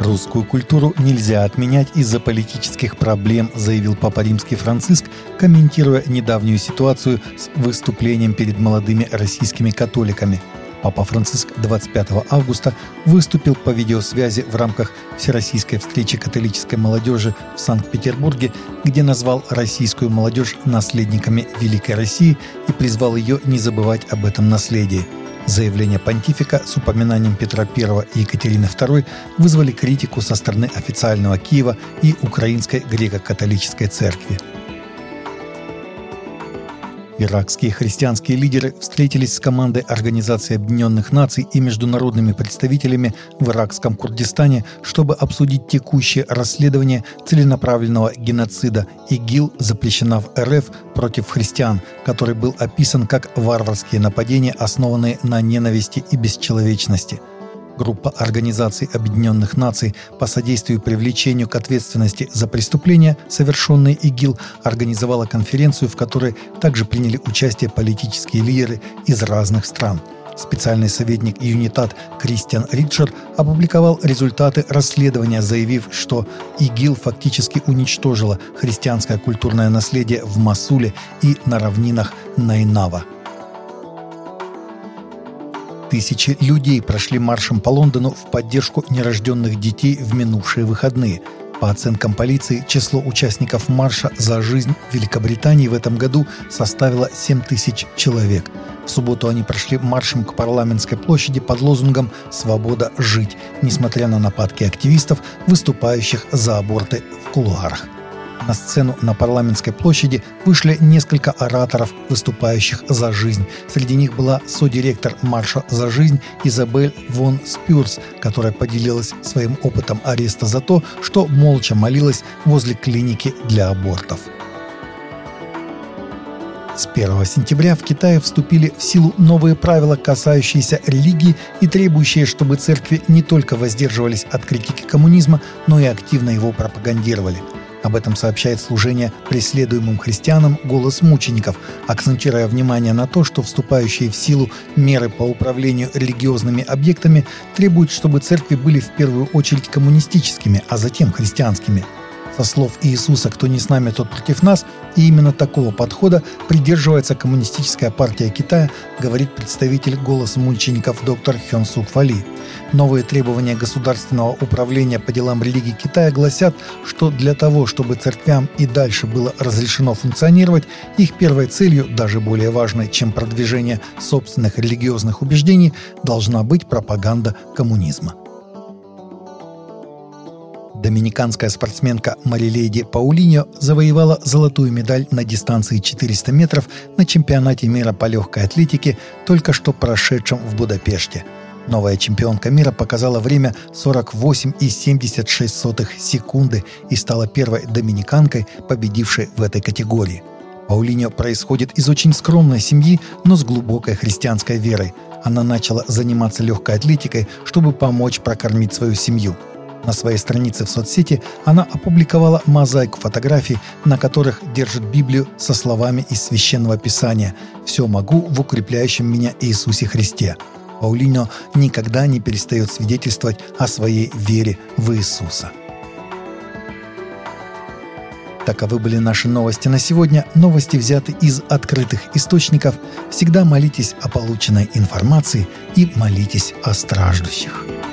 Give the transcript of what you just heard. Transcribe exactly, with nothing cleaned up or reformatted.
Русскую культуру нельзя отменять из-за политических проблем, заявил Папа Римский Франциск, комментируя недавнюю ситуацию с выступлением перед молодыми российскими католиками. Папа Франциск двадцать пятого августа выступил по видеосвязи в рамках Всероссийской встречи католической молодежи в Санкт-Петербурге, где назвал российскую молодежь наследниками Великой России и призвал ее не забывать об этом наследии. Заявления понтифика с упоминанием Петра Первого и Екатерины Второй вызвали критику со стороны официального Киева и Украинской греко-католической церкви. Иракские христианские лидеры встретились с командой Организации Объединенных Наций и международными представителями в иракском Курдистане, чтобы обсудить текущее расследование целенаправленного геноцида ИГИЛ, запрещена в РФ против христиан, который был описан как варварские нападения, основанные на ненависти и бесчеловечности. Группа Организаций Объединенных Наций по содействию привлечению к ответственности за преступления, совершенные ИГИЛ, организовала конференцию, в которой также приняли участие политические лидеры из разных стран. Специальный советник ЮНИТАД Кристиан Ричард опубликовал результаты расследования, заявив, что ИГИЛ фактически уничтожила христианское культурное наследие в Мосуле и на равнинах Найнава. Тысячи людей прошли маршем по Лондону в поддержку нерожденных детей в минувшие выходные. По оценкам полиции, число участников марша за жизнь в Великобритании в этом году составило семь тысяч человек. В субботу они прошли маршем к парламентской площади под лозунгом «Свобода жить», несмотря на нападки активистов, выступающих за аборты в кулуарах. На сцену на парламентской площади вышли несколько ораторов, выступающих за жизнь. Среди них была содиректор марша за жизнь Изабель Вон Спюрс, которая поделилась своим опытом ареста за то, что молча молилась возле клиники для абортов. С первого сентября в Китае вступили в силу новые правила, касающиеся религии и требующие, чтобы церкви не только воздерживались от критики коммунизма, но и активно его пропагандировали. Об этом сообщает служение преследуемым христианам «Голос мучеников», акцентируя внимание на то, что вступающие в силу меры по управлению религиозными объектами требуют, чтобы церкви были в первую очередь коммунистическими, а затем христианскими. Со слов Иисуса «Кто не с нами, тот против нас», и именно такого подхода придерживается Коммунистическая партия Китая, говорит представитель «Голоса мучеников» доктор Хён Сук Фали. Новые требования государственного управления по делам религии Китая гласят, что для того, чтобы церквям и дальше было разрешено функционировать, их первой целью, даже более важной, чем продвижение собственных религиозных убеждений, должна быть пропаганда коммунизма. Доминиканская спортсменка Марилейди Паулиньо завоевала золотую медаль на дистанции четыреста метров на чемпионате мира по легкой атлетике, только что прошедшем в Будапеште. Новая чемпионка мира показала время сорок восемь целых семьдесят шесть сотых секунды и стала первой доминиканкой, победившей в этой категории. Паулиньо происходит из очень скромной семьи, но с глубокой христианской верой. Она начала заниматься легкой атлетикой, чтобы помочь прокормить свою семью. На своей странице в соцсети она опубликовала мозаику фотографий, на которых держит Библию со словами из Священного Писания «Все могу в укрепляющем меня Иисусе Христе». Паулиньо никогда не перестает свидетельствовать о своей вере в Иисуса. Таковы были наши новости на сегодня. Новости взяты из открытых источников. Всегда молитесь о полученной информации и молитесь о страждущих.